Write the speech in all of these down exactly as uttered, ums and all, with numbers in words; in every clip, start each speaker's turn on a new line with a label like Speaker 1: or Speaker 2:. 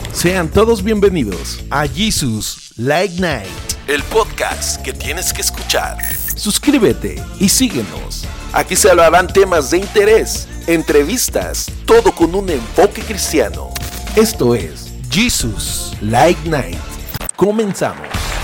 Speaker 1: Sean todos bienvenidos a Jesus Late Night, el podcast que tienes que escuchar. Suscríbete y síguenos. Aquí se hablarán temas de interés, entrevistas, todo con un enfoque cristiano. Esto es Jesus Late Night. Comenzamos.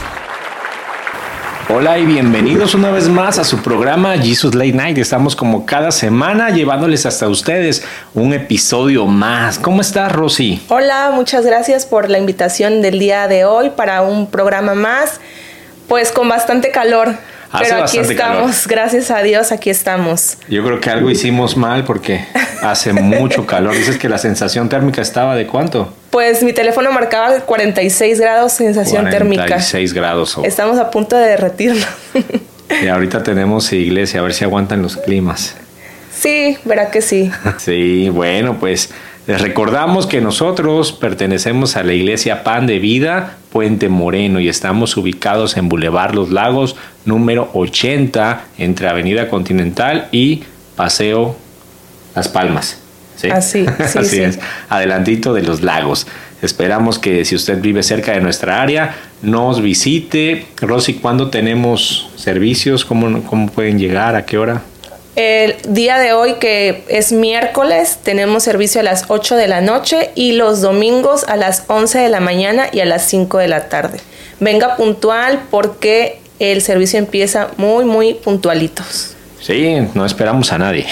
Speaker 2: Hola y bienvenidos una vez más a su programa Jesus Late Night. Estamos como cada semana llevándoles hasta ustedes un episodio más. ¿Cómo estás, Rosy?
Speaker 3: Hola, muchas gracias por la invitación del día de hoy para un programa más, pues con bastante calor.
Speaker 2: Hace
Speaker 3: Pero aquí estamos,
Speaker 2: calor.
Speaker 3: Gracias a Dios, aquí estamos.
Speaker 2: Yo creo que algo hicimos mal porque hace mucho calor. Dices que la sensación térmica estaba ¿de cuánto?
Speaker 3: Pues mi teléfono marcaba cuarenta y seis grados sensación térmica.
Speaker 2: cuarenta y seis grados. Oh.
Speaker 3: Estamos a punto de derretirnos.
Speaker 2: Y ahorita tenemos iglesia, a ver si aguantan los climas.
Speaker 3: Sí, verá que sí.
Speaker 2: Sí, bueno, pues les recordamos que nosotros pertenecemos a la Iglesia Pan de Vida, Puente Moreno, y estamos ubicados en Boulevard Los Lagos, número ochenta, entre Avenida Continental y Paseo Las Palmas. ¿Sí?
Speaker 3: Así, sí,
Speaker 2: Así
Speaker 3: sí.
Speaker 2: es, adelantito de Los Lagos. Esperamos que si usted vive cerca de nuestra área, nos visite. Rosy, ¿cuándo tenemos servicios? ¿Cómo, cómo pueden llegar? ¿A qué hora?
Speaker 3: El día de hoy, que es miércoles, tenemos servicio a las ocho de la noche y los domingos a las once de la mañana y a las cinco de la tarde. Venga puntual porque el servicio empieza muy, muy puntualitos.
Speaker 2: Sí, no esperamos a nadie.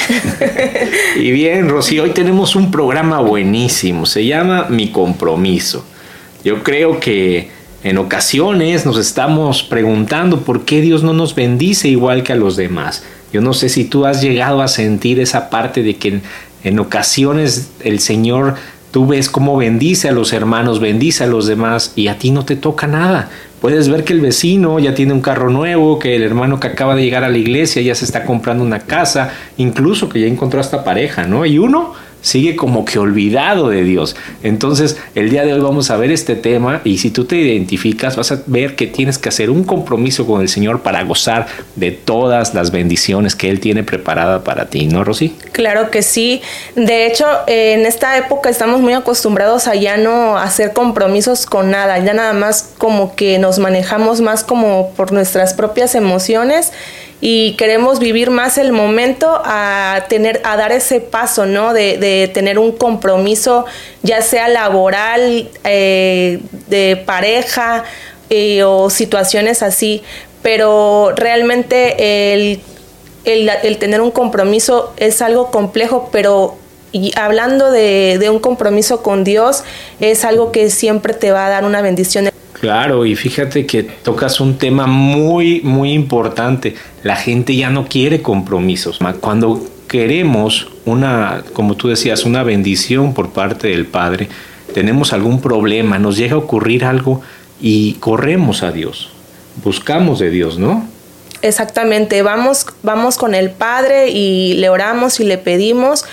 Speaker 2: Y bien, Rosy, hoy tenemos un programa buenísimo. Se llama Mi Compromiso. Yo creo que en ocasiones nos estamos preguntando por qué Dios no nos bendice igual que a los demás. Yo no sé si tú has llegado a sentir esa parte de que en, en ocasiones el Señor, tú ves cómo bendice a los hermanos, bendice a los demás y a ti no te toca nada. Puedes ver que el vecino ya tiene un carro nuevo, que el hermano que acaba de llegar a la iglesia ya se está comprando una casa, incluso que ya encontró hasta pareja, ¿no? Y uno sigue como que olvidado de Dios. Entonces, el día de hoy vamos a ver este tema y si tú te identificas, vas a ver que tienes que hacer un compromiso con el Señor para gozar de todas las bendiciones que Él tiene preparada para ti, ¿no, Rosy?
Speaker 3: Claro que sí. De hecho, en esta época estamos muy acostumbrados a ya no hacer compromisos con nada, ya nada más como que nos manejamos más como por nuestras propias emociones y queremos vivir más el momento a tener, a dar ese paso, ¿no? De, de tener un compromiso, ya sea laboral, eh, de pareja eh, o situaciones así. Pero realmente el, el, el tener un compromiso es algo complejo, pero y hablando de, de un compromiso con Dios, es algo que siempre te va a dar una bendición.
Speaker 2: Claro, y fíjate que tocas un tema muy, muy importante. La gente ya no quiere compromisos. Cuando queremos una, como tú decías, una bendición por parte del Padre, tenemos algún problema, nos llega a ocurrir algo y corremos a Dios, buscamos de Dios, ¿no?
Speaker 3: Exactamente, vamos, vamos con el Padre y le oramos y le pedimos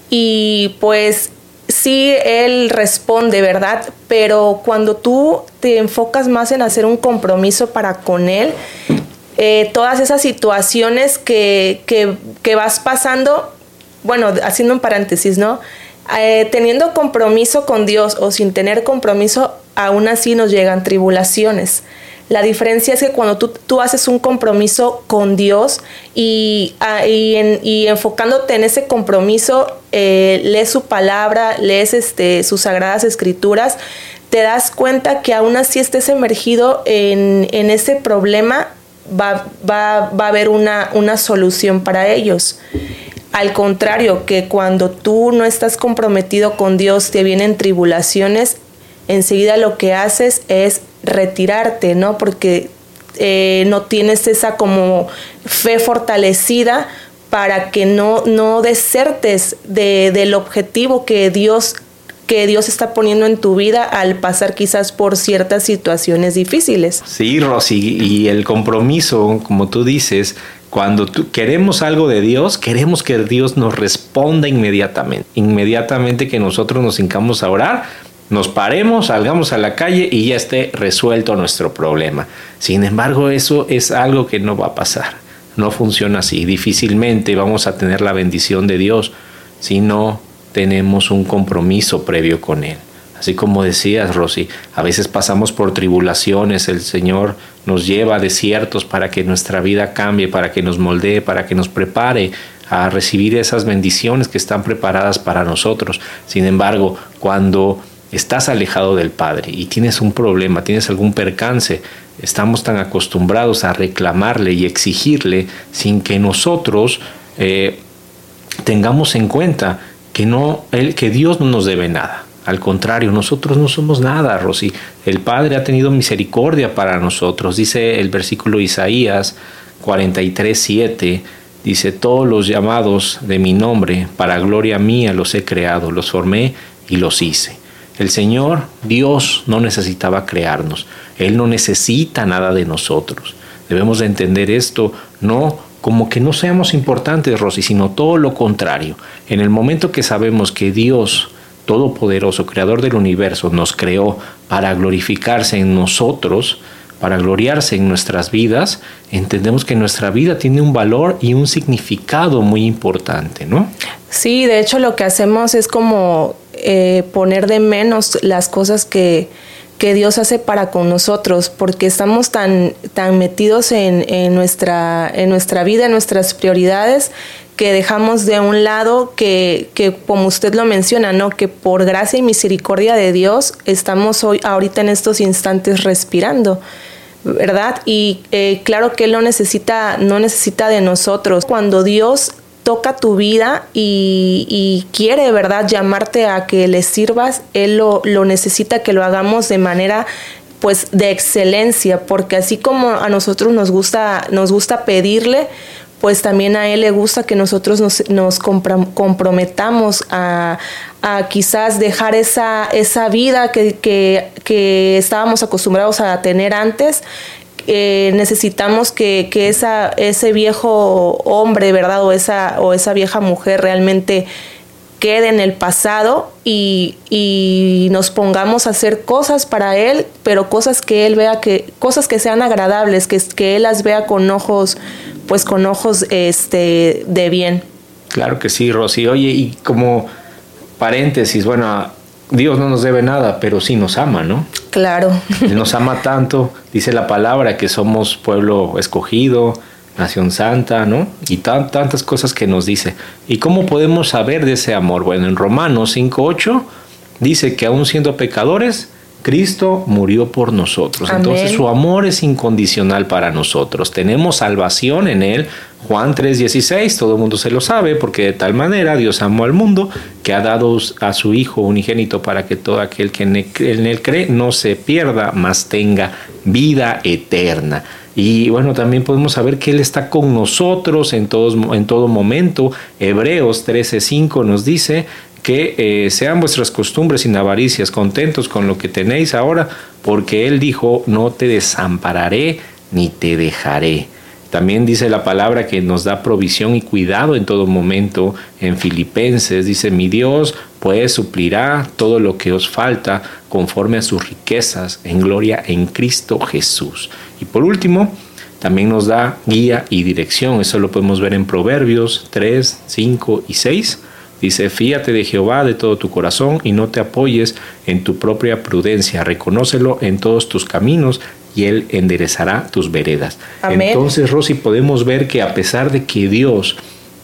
Speaker 3: y pues sí, Él responde, ¿verdad? Pero cuando tú te enfocas más en hacer un compromiso para con Él, eh, todas esas situaciones que, que, que vas pasando, bueno, haciendo un paréntesis, ¿no? Eh, teniendo compromiso con Dios o sin tener compromiso, aún así nos llegan tribulaciones. La diferencia es que cuando tú, tú haces un compromiso con Dios y, uh, y, en, y enfocándote en ese compromiso, eh, lees su palabra, lees este, sus sagradas escrituras, te das cuenta que aún así estés emergido en, en ese problema, va, va, va a haber una, una solución para ellos. Al contrario, que cuando tú no estás comprometido con Dios, te vienen tribulaciones, enseguida lo que haces es retirarte, ¿no? Porque eh, no tienes esa como fe fortalecida para que no, no desertes de, del objetivo que Dios, que Dios está poniendo en tu vida al pasar quizás por ciertas situaciones difíciles.
Speaker 2: Sí, Rosy, y el compromiso, como tú dices, cuando tú queremos algo de Dios, queremos que Dios nos responda inmediatamente. Inmediatamente que nosotros nos hincamos a orar, nos paremos, salgamos a la calle y ya esté resuelto nuestro problema. Sin embargo, eso es algo que no va a pasar. No funciona así. Difícilmente vamos a tener la bendición de Dios si no tenemos un compromiso previo con Él. Así como decías, Rosy, a veces pasamos por tribulaciones, el Señor nos lleva a desiertos para que nuestra vida cambie, para que nos moldee, para que nos prepare a recibir esas bendiciones que están preparadas para nosotros. Sin embargo, cuando estás alejado del Padre y tienes un problema, tienes algún percance, estamos tan acostumbrados a reclamarle y exigirle sin que nosotros eh, tengamos en cuenta que, no, él, que Dios no nos debe nada. Al contrario, nosotros no somos nada, Rosy. El Padre ha tenido misericordia para nosotros. Dice el versículo Isaías cuarenta y tres, siete, dice: todos los llamados de mi nombre, para gloria mía los he creado, los formé y los hice. El Señor, Dios, no necesitaba crearnos. Él no necesita nada de nosotros. Debemos de entender esto, no como que no seamos importantes, Rosy, sino todo lo contrario. En el momento que sabemos que Dios Todopoderoso, Creador del universo, nos creó para glorificarse en nosotros, para gloriarse en nuestras vidas, entendemos que nuestra vida tiene un valor y un significado muy importante, ¿no?
Speaker 3: Sí, de hecho lo que hacemos es como eh, poner de menos las cosas que, que Dios hace para con nosotros, porque estamos tan, tan metidos en, en, nuestra, en nuestra vida, en nuestras prioridades, que dejamos de un lado que, que, como usted lo menciona, ¿no? Que por gracia y misericordia de Dios estamos hoy, ahorita en estos instantes respirando, ¿verdad? Y eh, claro que Él no necesita, no necesita de nosotros. Cuando Dios toca tu vida y, y quiere, ¿verdad?, llamarte a que le sirvas, Él lo, lo necesita que lo hagamos de manera pues de excelencia, porque así como a nosotros nos gusta, nos gusta pedirle, pues también a Él le gusta que nosotros nos, nos compra, comprometamos a, a quizás dejar esa, esa vida que, que, que estábamos acostumbrados a tener antes. Eh, necesitamos que, que esa, ese viejo hombre, ¿verdad?, o esa, o esa vieja mujer realmente quede en el pasado y, y nos pongamos a hacer cosas para Él, pero cosas que Él vea, que cosas que sean agradables, que, que Él las vea con ojos, pues con ojos este, de bien.
Speaker 2: Claro que sí, Rosy. Oye, y como paréntesis, bueno, Dios no nos debe nada, pero sí nos ama, ¿no?
Speaker 3: Claro.
Speaker 2: Él nos ama tanto, dice la palabra, que somos pueblo escogido, nación santa, ¿no? Y tan, tantas cosas que nos dice. ¿Y cómo podemos saber de ese amor? Bueno, en Romanos cinco ocho dice que aún siendo pecadores, Cristo murió por nosotros. Amén. Entonces su amor es incondicional para nosotros. Tenemos salvación en Él. Juan tres dieciséis, todo el mundo se lo sabe, porque de tal manera Dios amó al mundo que ha dado a su Hijo unigénito para que todo aquel que en Él cree no se pierda, mas tenga vida eterna. Y bueno, también podemos saber que Él está con nosotros en, todos, en todo momento. Hebreos trece cinco nos dice que eh, sean vuestras costumbres sin avaricias, contentos con lo que tenéis ahora, porque Él dijo: no te desampararé ni te dejaré. También dice la palabra que nos da provisión y cuidado en todo momento. En Filipenses dice: mi Dios pues suplirá todo lo que os falta conforme a sus riquezas en gloria en Cristo Jesús. Y por último, también nos da guía y dirección. Eso lo podemos ver en Proverbios tres, cinco y seis. Dice: fíate de Jehová de todo tu corazón y no te apoyes en tu propia prudencia. Reconócelo en todos tus caminos y Él enderezará tus veredas. Amén. Entonces, Rosy, podemos ver que a pesar de que Dios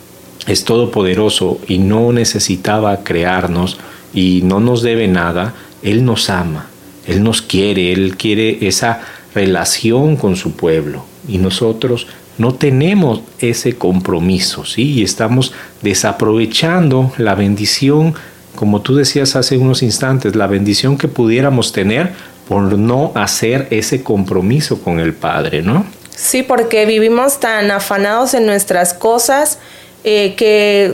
Speaker 2: es todopoderoso y no necesitaba crearnos y no nos debe nada, Él nos ama, Él nos quiere, Él quiere esa relación con su pueblo. Y nosotros no tenemos ese compromiso, ¿sí? Y estamos desaprovechando la bendición, como tú decías hace unos instantes, la bendición que pudiéramos tener por no hacer ese compromiso con el Padre, ¿no?
Speaker 3: Sí, porque vivimos tan afanados en nuestras cosas eh, que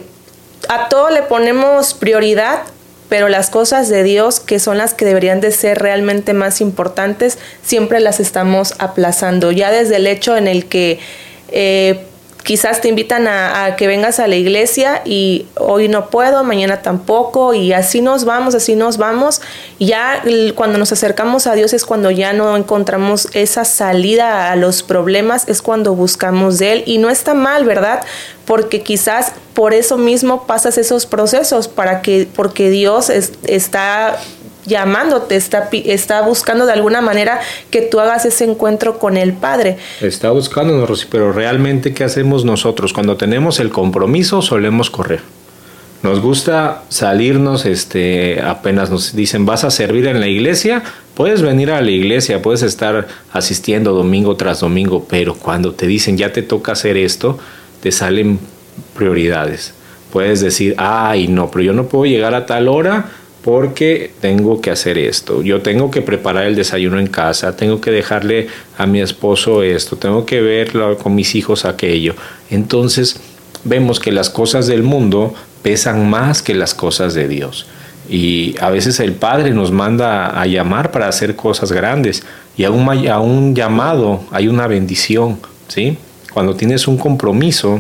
Speaker 3: a todo le ponemos prioridad, pero las cosas de Dios, que son las que deberían de ser realmente más importantes, siempre las estamos aplazando. Ya desde el hecho en el que eh, quizás te invitan a, a que vengas a la iglesia y hoy no puedo, mañana tampoco, y así nos vamos, así nos vamos. Ya cuando nos acercamos a Dios es cuando ya no encontramos esa salida a los problemas, es cuando buscamos de Él. Y no está mal, ¿verdad? Porque quizás por eso mismo pasas esos procesos, para que, porque Dios es, está llamándote, está, está buscando de alguna manera que tú hagas ese encuentro con el Padre.
Speaker 2: Está buscándonos, Rosy, pero realmente ¿qué hacemos nosotros? Cuando tenemos el compromiso solemos correr. Nos gusta salirnos, este, apenas nos dicen vas a servir en la iglesia, puedes venir a la iglesia, puedes estar asistiendo domingo tras domingo, pero cuando te dicen ya te toca hacer esto, te salen prioridades. Puedes decir, ay no, pero yo no puedo llegar a tal hora porque tengo que hacer esto, yo tengo que preparar el desayuno en casa, tengo que dejarle a mi esposo esto, tengo que ver con mis hijos aquello. Entonces vemos que las cosas del mundo pesan más que las cosas de Dios. Y a veces el Padre nos manda a llamar para hacer cosas grandes. Y a un, a un llamado hay una bendición, ¿sí? Cuando tienes un compromiso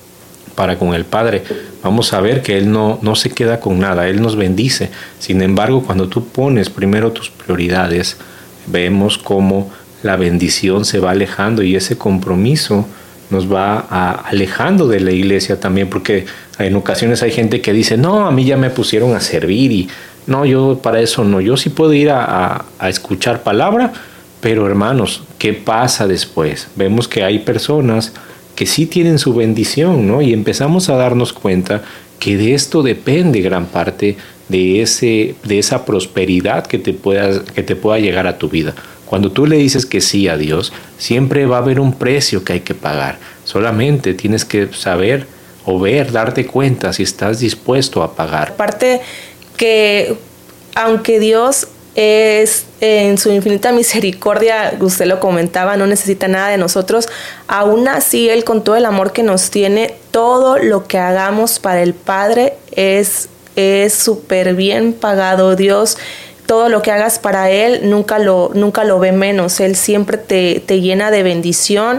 Speaker 2: para con el Padre, vamos a ver que Él no, no se queda con nada, Él nos bendice. Sin embargo, cuando tú pones primero tus prioridades, vemos cómo la bendición se va alejando y ese compromiso nos va a, alejando de la iglesia también, porque en ocasiones hay gente que dice, no, a mí ya me pusieron a servir y no, yo para eso no, yo sí puedo ir a, a, a escuchar palabra, pero hermanos, ¿qué pasa después? Vemos que hay personas que sí tienen su bendición, ¿no? Y empezamos a darnos cuenta que de esto depende gran parte de, ese, de esa prosperidad que te, pueda, que te pueda llegar a tu vida. Cuando tú le dices que sí a Dios, siempre va a haber un precio que hay que pagar. Solamente tienes que saber o ver, darte cuenta si estás dispuesto a pagar.
Speaker 3: Aparte que aunque Dios es en su infinita misericordia, usted lo comentaba, no necesita nada de nosotros, aún así Él con todo el amor que nos tiene, todo lo que hagamos para el Padre es es súper bien pagado. Dios, todo lo que hagas para Él nunca lo, nunca lo ve menos. Él siempre te, te llena de bendición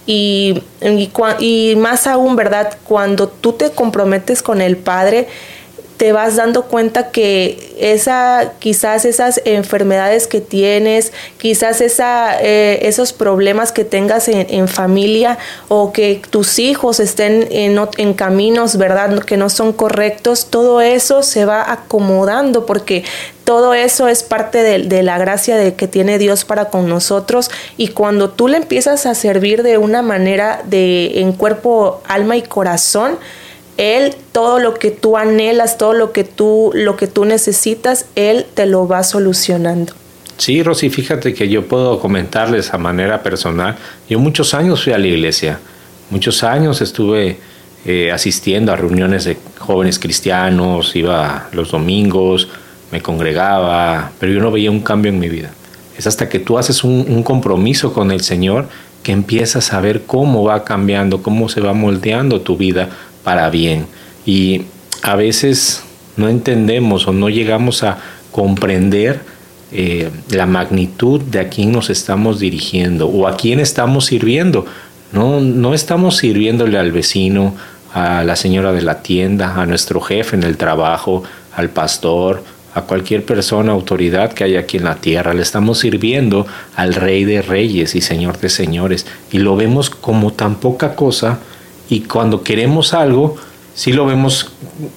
Speaker 3: y, y, y más aún, ¿verdad? Cuando tú te comprometes con el Padre, te vas dando cuenta que esa, quizás esas enfermedades que tienes, quizás esa, eh, esos problemas que tengas en, en familia o que tus hijos estén en, en caminos, ¿verdad?, que no son correctos, todo eso se va acomodando porque todo eso es parte de, de la gracia de que tiene Dios para con nosotros. Y cuando tú le empiezas a servir de una manera de en cuerpo, alma y corazón, Él, todo lo que tú anhelas, todo lo que tú, lo que tú necesitas, Él te lo va solucionando.
Speaker 2: Sí, Rosy, fíjate que yo puedo comentarles a manera personal. Yo muchos años fui a la iglesia, muchos años estuve eh, asistiendo a reuniones de jóvenes cristianos, iba los domingos, me congregaba, pero yo no veía un cambio en mi vida. Es hasta que tú haces un, un compromiso con el Señor que empiezas a ver cómo va cambiando, cómo se va moldeando tu vida para bien. Y a veces no entendemos o no llegamos a comprender eh, la magnitud de a quién nos estamos dirigiendo o a quién estamos sirviendo. No, no estamos sirviéndole al vecino, a la señora de la tienda, a nuestro jefe en el trabajo, al pastor, a cualquier persona, autoridad que haya aquí en la tierra. Le estamos sirviendo al Rey de Reyes y Señor de Señores. Y lo vemos como tan poca cosa. Y cuando queremos algo, sí lo vemos,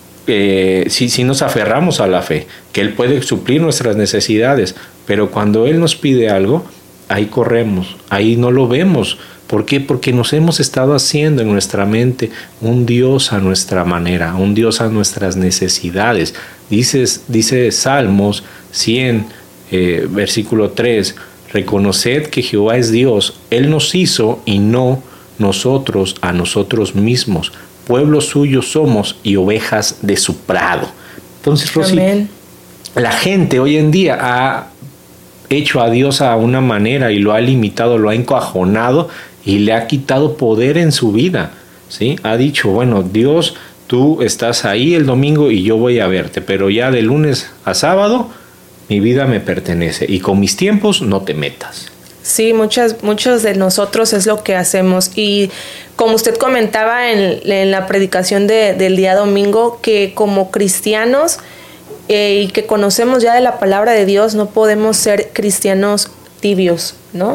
Speaker 2: eh, sí, sí nos aferramos a la fe, que Él puede suplir nuestras necesidades, pero cuando Él nos pide algo, ahí corremos, ahí no lo vemos. ¿Por qué? Porque nos hemos estado haciendo en nuestra mente un Dios a nuestra manera, un Dios a nuestras necesidades. Dices, dice Salmos cien, eh, versículo tres, reconoced que Jehová es Dios, Él nos hizo y no nosotros a nosotros mismos, pueblo suyo somos y ovejas de su prado. Entonces, Rosy, Amén. La gente hoy en día ha hecho a Dios a una manera y lo ha limitado, lo ha encajonado y le ha quitado poder en su vida, ¿sí? Ha dicho, bueno, Dios, tú estás ahí el domingo y yo voy a verte, pero ya de lunes a sábado mi vida me pertenece y con mis tiempos no te metas.
Speaker 3: Sí, muchas, muchos de nosotros es lo que hacemos. Y como usted comentaba en, en la predicación de, del día domingo, que como cristianos eh, y que conocemos ya de la palabra de Dios, no podemos ser cristianos tibios, ¿no?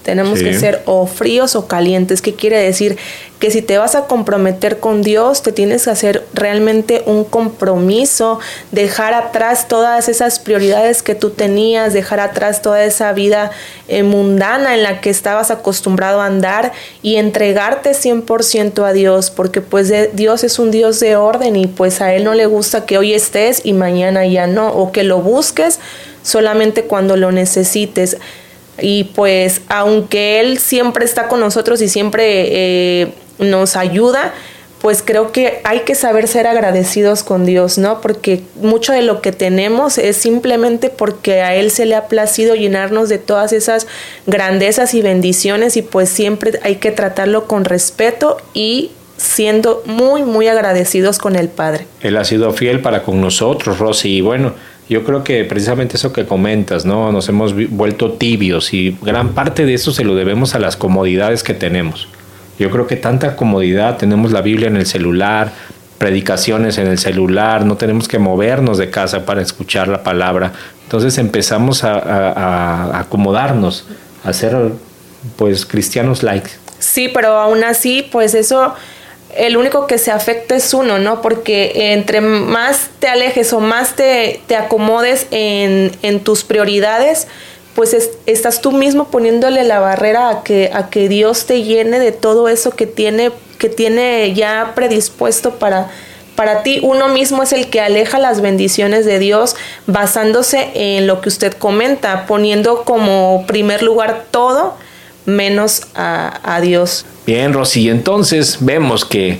Speaker 3: Tenemos sí. que ser o fríos o calientes. ¿Qué quiere decir? Que si te vas a comprometer con Dios, te tienes que hacer realmente un compromiso, dejar atrás todas esas prioridades que tú tenías, dejar atrás toda esa vida eh, mundana en la que estabas acostumbrado a andar y entregarte cien por ciento a Dios, porque pues de, Dios es un Dios de orden y pues a Él no le gusta que hoy estés y mañana ya no, o que lo busques solamente cuando lo necesites. Y pues aunque Él siempre está con nosotros y siempre eh, nos ayuda, pues creo que hay que saber ser agradecidos con Dios, ¿no? Porque mucho de lo que tenemos es simplemente porque a Él se le ha placido llenarnos de todas esas grandezas y bendiciones, y pues siempre hay que tratarlo con respeto y siendo muy, muy agradecidos con el Padre.
Speaker 2: Él ha sido fiel para con nosotros, Rosy, y bueno, yo creo que precisamente eso que comentas, ¿no? Nos hemos vuelto tibios y gran parte de eso se lo debemos a las comodidades que tenemos. Yo creo que tanta comodidad, tenemos la Biblia en el celular, predicaciones en el celular, no tenemos que movernos de casa para escuchar la palabra. Entonces empezamos a, a, a acomodarnos, a ser pues cristianos light.
Speaker 3: Sí, pero aún así, pues eso... el único que se afecta es uno, ¿no? Porque entre más te alejes o más te, te acomodes en, en tus prioridades, pues es, estás tú mismo poniéndole la barrera a que, a que Dios te llene de todo eso que tiene, que tiene ya predispuesto para, para ti. Uno mismo es el que aleja las bendiciones de Dios basándose en lo que usted comenta, poniendo como primer lugar todo menos a, a Dios.
Speaker 2: Bien, Rosy, entonces vemos que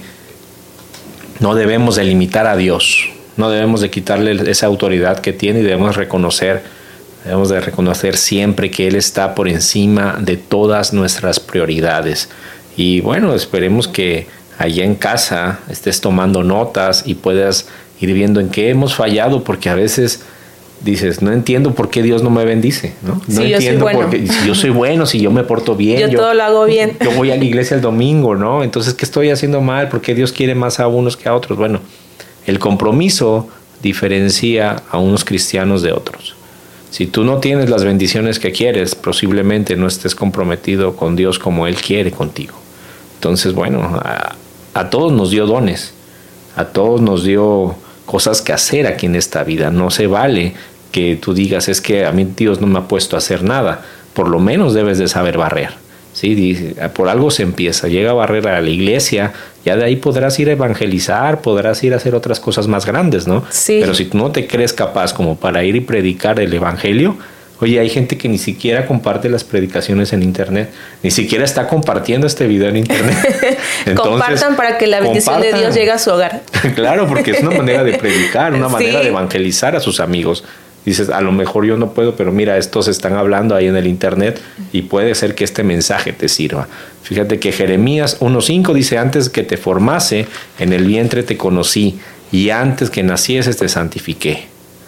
Speaker 2: no debemos de limitar a Dios, no debemos de quitarle esa autoridad que tiene y debemos reconocer, debemos de reconocer siempre que Él está por encima de todas nuestras prioridades. Y bueno, esperemos que allá en casa estés tomando notas y puedas ir viendo en qué hemos fallado, porque a veces dices, no entiendo por qué Dios no me bendice, ¿no? No
Speaker 3: sí,
Speaker 2: entiendo
Speaker 3: yo soy bueno.
Speaker 2: por qué, si yo soy bueno, si yo me porto bien.
Speaker 3: Yo, yo todo lo hago bien.
Speaker 2: Yo voy a la iglesia el domingo, ¿no? Entonces, ¿qué estoy haciendo mal? ¿Por qué Dios quiere más a unos que a otros? Bueno, el compromiso diferencia a unos cristianos de otros. Si tú no tienes las bendiciones que quieres, posiblemente no estés comprometido con Dios como Él quiere contigo. Entonces, bueno, a, a todos nos dio dones, a todos nos dio cosas que hacer aquí en esta vida. No se vale que tú digas, es que a mí Dios no me ha puesto a hacer nada. Por lo menos debes de saber barrer, ¿sí? Por algo se empieza. Llega a barrer a la iglesia, ya de ahí podrás ir a evangelizar, podrás ir a hacer otras cosas más grandes, ¿no?
Speaker 3: Sí.
Speaker 2: Pero si tú no te crees capaz como para ir y predicar el evangelio, oye, hay gente que ni siquiera comparte las predicaciones en internet, ni siquiera está compartiendo este video en internet.
Speaker 3: Entonces, compartan para que la bendición compartan. de Dios llegue a su hogar.
Speaker 2: Claro, porque es una manera de predicar, una
Speaker 3: sí.
Speaker 2: manera de evangelizar a sus amigos. Dices, a lo mejor yo no puedo, pero mira, estos están hablando ahí en el internet y puede ser que este mensaje te sirva. Fíjate que Jeremías uno cinco dice, antes que te formase, en el vientre te conocí, y antes que nacieses te santifiqué.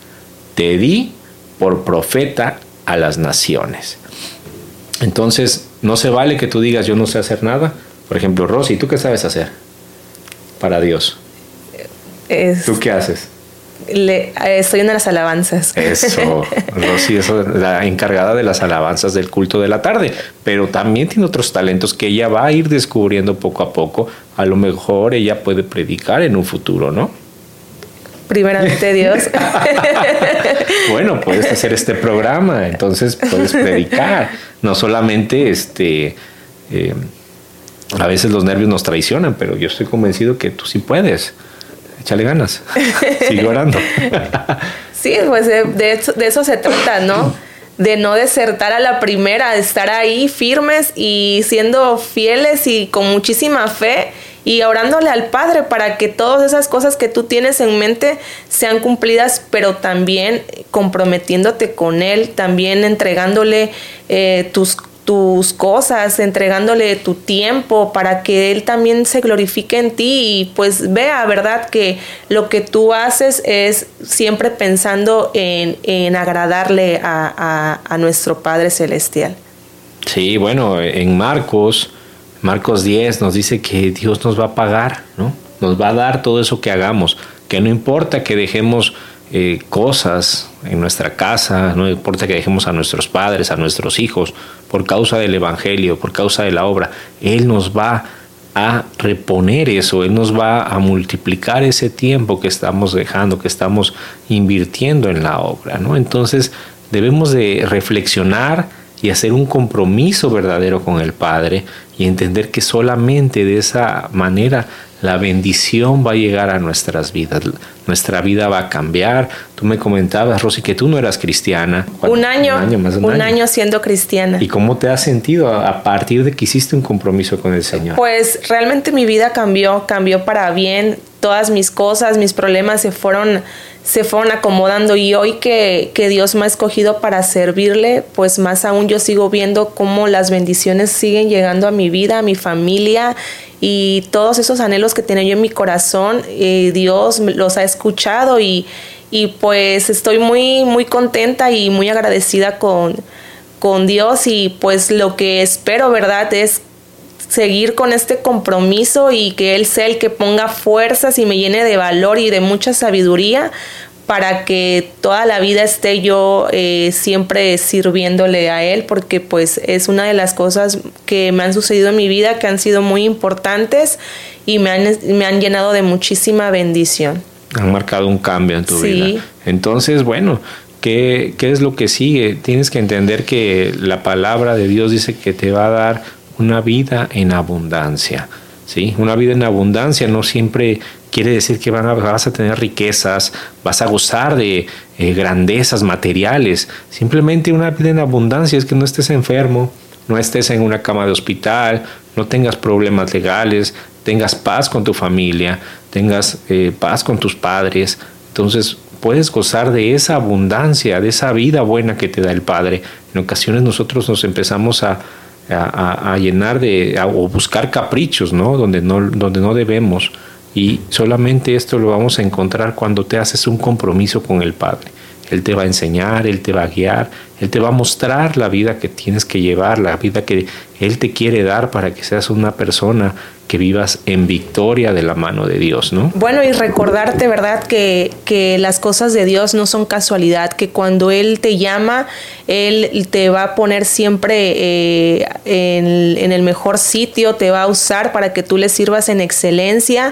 Speaker 2: Te di por profeta a las naciones. Entonces, no se vale que tú digas, yo no sé hacer nada. Por ejemplo, Rosy, ¿tú qué sabes hacer para Dios?
Speaker 3: Es...
Speaker 2: ¿Tú qué haces?
Speaker 3: Le, estoy en las alabanzas.
Speaker 2: Eso, Rosy es la encargada de las alabanzas del culto de la tarde, pero también tiene otros talentos que ella va a ir descubriendo poco a poco. A lo mejor ella puede predicar en un futuro, ¿no?
Speaker 3: Primeramente Dios.
Speaker 2: Bueno, puedes hacer este programa, entonces puedes predicar. No solamente este, eh, a veces los nervios nos traicionan, pero yo estoy convencido que tú sí puedes. Échale ganas. Sigue orando.
Speaker 3: Sí, pues de, de, eso, de eso se trata, ¿no? De no desertar a la primera, de estar ahí firmes y siendo fieles y con muchísima fe y orándole al Padre para que todas esas cosas que tú tienes en mente sean cumplidas, pero también comprometiéndote con Él, también entregándole eh, tus tus cosas, entregándole tu tiempo para que Él también se glorifique en ti y pues vea, ¿verdad? Que lo que tú haces es siempre pensando en, en agradarle a, a, a nuestro Padre Celestial.
Speaker 2: Sí, bueno, en Marcos, Marcos diez nos dice que Dios nos va a pagar, ¿no? Nos va a dar todo eso que hagamos, que no importa que dejemos eh, cosas en nuestra casa, no importa que dejemos a nuestros padres, a nuestros hijos, por causa del Evangelio, por causa de la obra, Él nos va a reponer eso, Él nos va a multiplicar ese tiempo que estamos dejando, que estamos invirtiendo en la obra, ¿no? Entonces debemos de reflexionar y hacer un compromiso verdadero con el Padre y entender que solamente de esa manera la bendición va a llegar a nuestras vidas. Nuestra vida va a cambiar. Tú me comentabas, Rosy, que tú no eras cristiana.
Speaker 3: Un año, un año, más de un, un año. año siendo cristiana.
Speaker 2: ¿Y cómo te has sentido a partir de que hiciste un compromiso con el Señor?
Speaker 3: Pues realmente mi vida cambió, cambió para bien. Todas mis cosas, mis problemas se fueron, se fueron acomodando, y hoy que, que Dios me ha escogido para servirle, pues más aún yo sigo viendo cómo las bendiciones siguen llegando a mi vida, a mi familia, y todos esos anhelos que tenía yo en mi corazón, eh, Dios los ha escuchado, y, y pues estoy muy, muy contenta y muy agradecida con, con Dios, y pues lo que espero, ¿verdad?, es seguir con este compromiso y que Él sea el que ponga fuerzas y me llene de valor y de mucha sabiduría para que toda la vida esté yo eh, siempre sirviéndole a Él, porque pues es una de las cosas que me han sucedido en mi vida que han sido muy importantes y me han, me han llenado de muchísima bendición.
Speaker 2: Han marcado un cambio en tu
Speaker 3: sí.
Speaker 2: vida. Entonces, bueno, ¿qué, ¿qué es lo que sigue? Tienes que entender que la palabra de Dios dice que te va a dar una vida en abundancia, ¿sí? Una vida en abundancia no siempre quiere decir que van a, vas a tener riquezas, vas a gozar de eh, grandezas materiales. Simplemente una vida en abundancia es que no estés enfermo, no estés en una cama de hospital, no tengas problemas legales, tengas paz con tu familia, tengas eh, paz con tus padres. Entonces puedes gozar de esa abundancia, de esa vida buena que te da el Padre. En ocasiones nosotros nos empezamos a A, a llenar de a, o buscar caprichos, ¿no? Donde no donde no debemos, y solamente esto lo vamos a encontrar cuando te haces un compromiso con el Padre. Él te va a enseñar, Él te va a guiar, Él te va a mostrar la vida que tienes que llevar, la vida que Él te quiere dar para que seas una persona que vivas en victoria de la mano de Dios, ¿no?
Speaker 3: Bueno, y recordarte, ¿verdad?, que, que las cosas de Dios no son casualidad, que cuando Él te llama, Él te va a poner siempre eh, en, en el mejor sitio, te va a usar para que tú le sirvas en excelencia.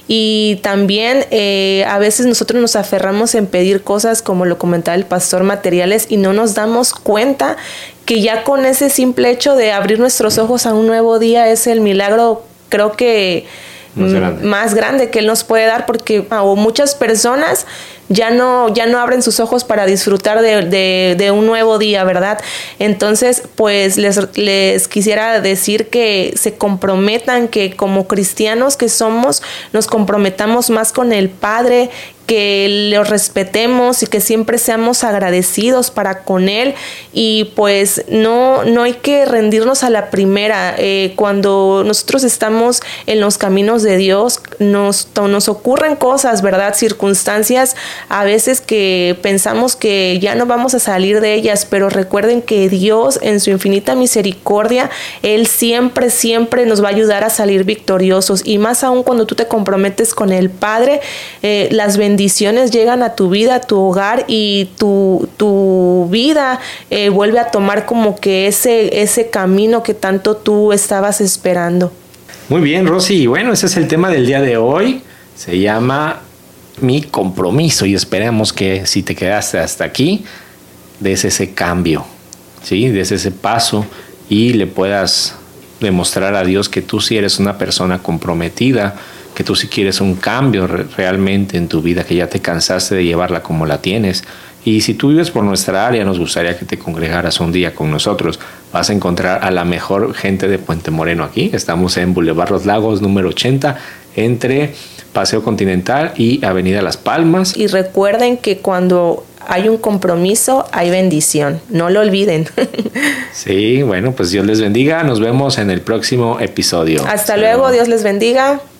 Speaker 3: Y también eh, a veces nosotros nos aferramos en pedir cosas, como lo comentaba el pastor, materiales, y no nos damos cuenta que ya con ese simple hecho de abrir nuestros ojos a un nuevo día es el milagro, creo que más grande, más grande que Él nos puede dar, porque o muchas personas ya no, ya no abren sus ojos para disfrutar de, de, de un nuevo día, ¿verdad? Entonces, pues les, les quisiera decir que se comprometan, que como cristianos que somos, nos comprometamos más con el Padre, que lo respetemos y que siempre seamos agradecidos para con Él, y pues no, no hay que rendirnos a la primera. Eh, cuando nosotros estamos en los caminos de Dios, nos, nos ocurren cosas, ¿verdad? Circunstancias a veces que pensamos que ya no vamos a salir de ellas, pero recuerden que Dios en su infinita misericordia, Él siempre, siempre nos va a ayudar a salir victoriosos, y más aún cuando tú te comprometes con el Padre, eh, las bendiciones bendiciones llegan a tu vida, a tu hogar, y tu, tu vida eh, vuelve a tomar como que ese, ese camino que tanto tú estabas esperando.
Speaker 2: Muy bien, Rosy. Y bueno, ese es el tema del día de hoy. Se llama Mi Compromiso, y esperamos que si te quedaste hasta aquí, des ese cambio, ¿sí? Des ese paso y le puedas demostrar a Dios que tú sí eres una persona comprometida, que tú sí quieres un cambio re- realmente en tu vida, que ya te cansaste de llevarla como la tienes. Y si tú vives por nuestra área, nos gustaría que te congregaras un día con nosotros. Vas a encontrar a la mejor gente de Puente Moreno aquí. Estamos en Boulevard Los Lagos, número ochenta, entre Paseo Continental y Avenida Las Palmas.
Speaker 3: Y recuerden que cuando hay un compromiso, hay bendición. No lo olviden.
Speaker 2: Sí, bueno, pues Dios les bendiga. Nos vemos en el próximo episodio.
Speaker 3: Hasta luego, Dios les bendiga.